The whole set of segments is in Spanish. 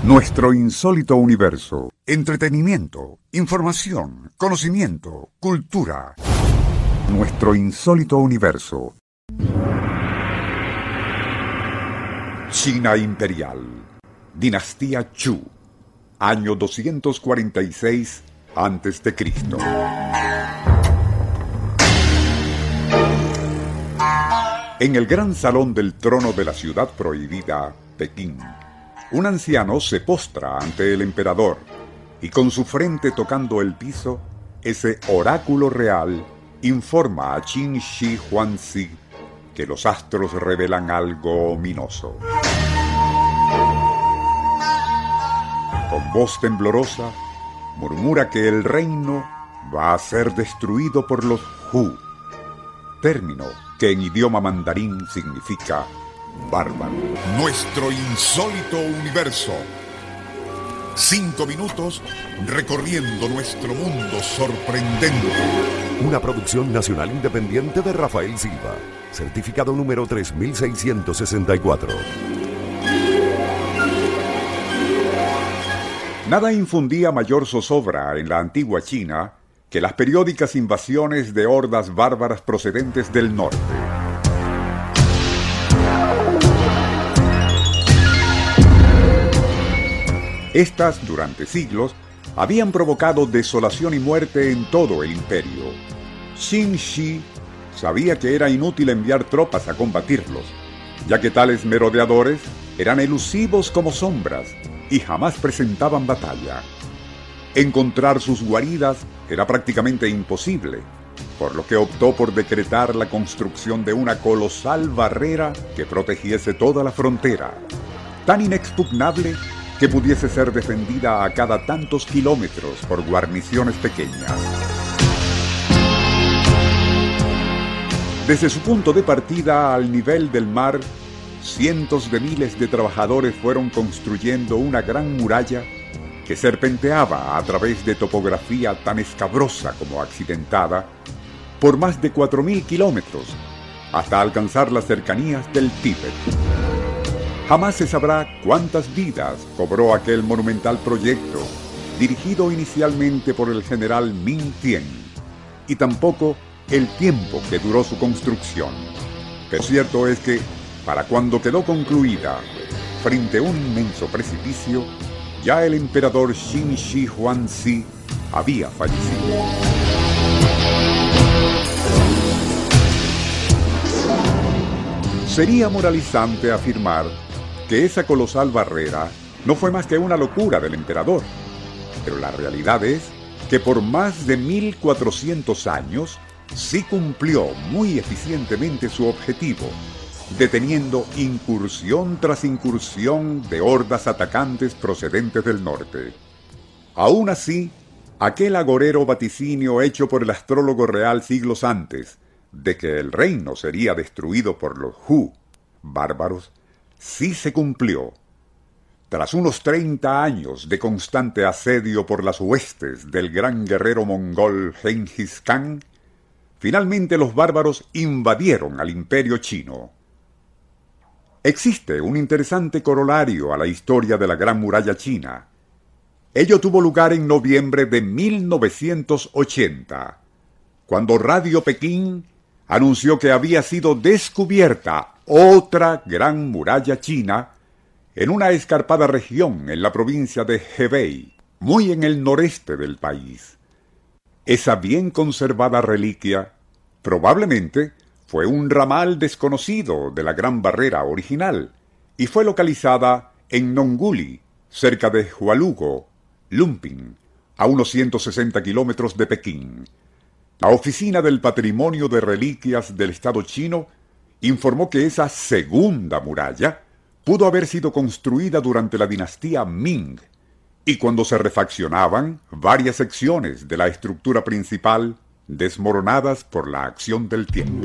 Nuestro insólito universo. Entretenimiento, información, conocimiento, cultura. Nuestro insólito universo. China imperial. Dinastía Chu. Año 246 a.C. En el gran salón del trono de la ciudad prohibida, Pekín, un anciano se postra ante el emperador y con su frente tocando el piso, ese oráculo real informa a Qin Shi Huangzi que los astros revelan algo ominoso. Con voz temblorosa, murmura que el reino va a ser destruido por los Hu, término que en idioma mandarín significa bárbaro. Nuestro insólito universo. 5 minutos recorriendo nuestro mundo sorprendente. Una producción nacional independiente de Rafael Silva. Certificado número 3664. Nada infundía mayor zozobra en la antigua China que las periódicas invasiones de hordas bárbaras procedentes del norte. Estas, durante siglos, habían provocado desolación y muerte en todo el imperio. Qin Shi sabía que era inútil enviar tropas a combatirlos, ya que tales merodeadores eran elusivos como sombras y jamás presentaban batalla. Encontrar sus guaridas era prácticamente imposible, por lo que optó por decretar la construcción de una colosal barrera que protegiese toda la frontera, tan inexpugnable que pudiese ser defendida a cada tantos kilómetros por guarniciones pequeñas. Desde su punto de partida al nivel del mar, cientos de miles de trabajadores fueron construyendo una gran muralla que serpenteaba a través de topografía tan escabrosa como accidentada por más de 4.000 kilómetros hasta alcanzar las cercanías del Tíbet. Jamás se sabrá cuántas vidas cobró aquel monumental proyecto, dirigido inicialmente por el general Ming Tian, y tampoco el tiempo que duró su construcción. Pero cierto es que, para cuando quedó concluida, frente a un inmenso precipicio, ya el emperador Qin Shi Huangzi había fallecido. Sería moralizante afirmar que esa colosal barrera no fue más que una locura del emperador, pero la realidad es que por más de 1400 años sí cumplió muy eficientemente su objetivo, deteniendo incursión tras incursión de hordas atacantes procedentes del norte. Aún así, aquel agorero vaticinio hecho por el astrólogo real siglos antes, de que el reino sería destruido por los Hu, bárbaros, sí se cumplió. Tras unos 30 años de constante asedio por las huestes del gran guerrero mongol Genghis Khan, finalmente los bárbaros invadieron al imperio chino. Existe un interesante corolario a la historia de la Gran Muralla China. Ello tuvo lugar en noviembre de 1980, cuando Radio Pekín anunció que había sido descubierta otra Gran Muralla China en una escarpada región en la provincia de Hebei, muy en el noreste del país. Esa bien conservada reliquia probablemente fue un ramal desconocido de la Gran Barrera original y fue localizada en Nonguli, cerca de Hualugo, Lumping, a unos 160 kilómetros de Pekín. La Oficina del Patrimonio de Reliquias del Estado chino informó que esa segunda muralla pudo haber sido construida durante la dinastía Ming, y cuando se refaccionaban varias secciones de la estructura principal desmoronadas por la acción del tiempo.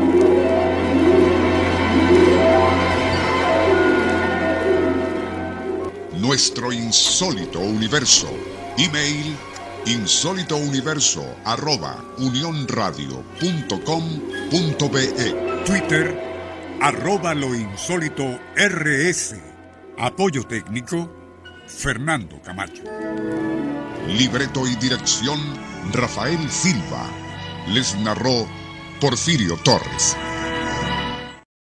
Nuestro insólito universo. Email insólitouniverso@unionradio.com.be. Twitter @loinsólito RS. Apoyo técnico Fernando Camacho. Libreto y dirección, Rafael Silva. Les narró Porfirio Torres.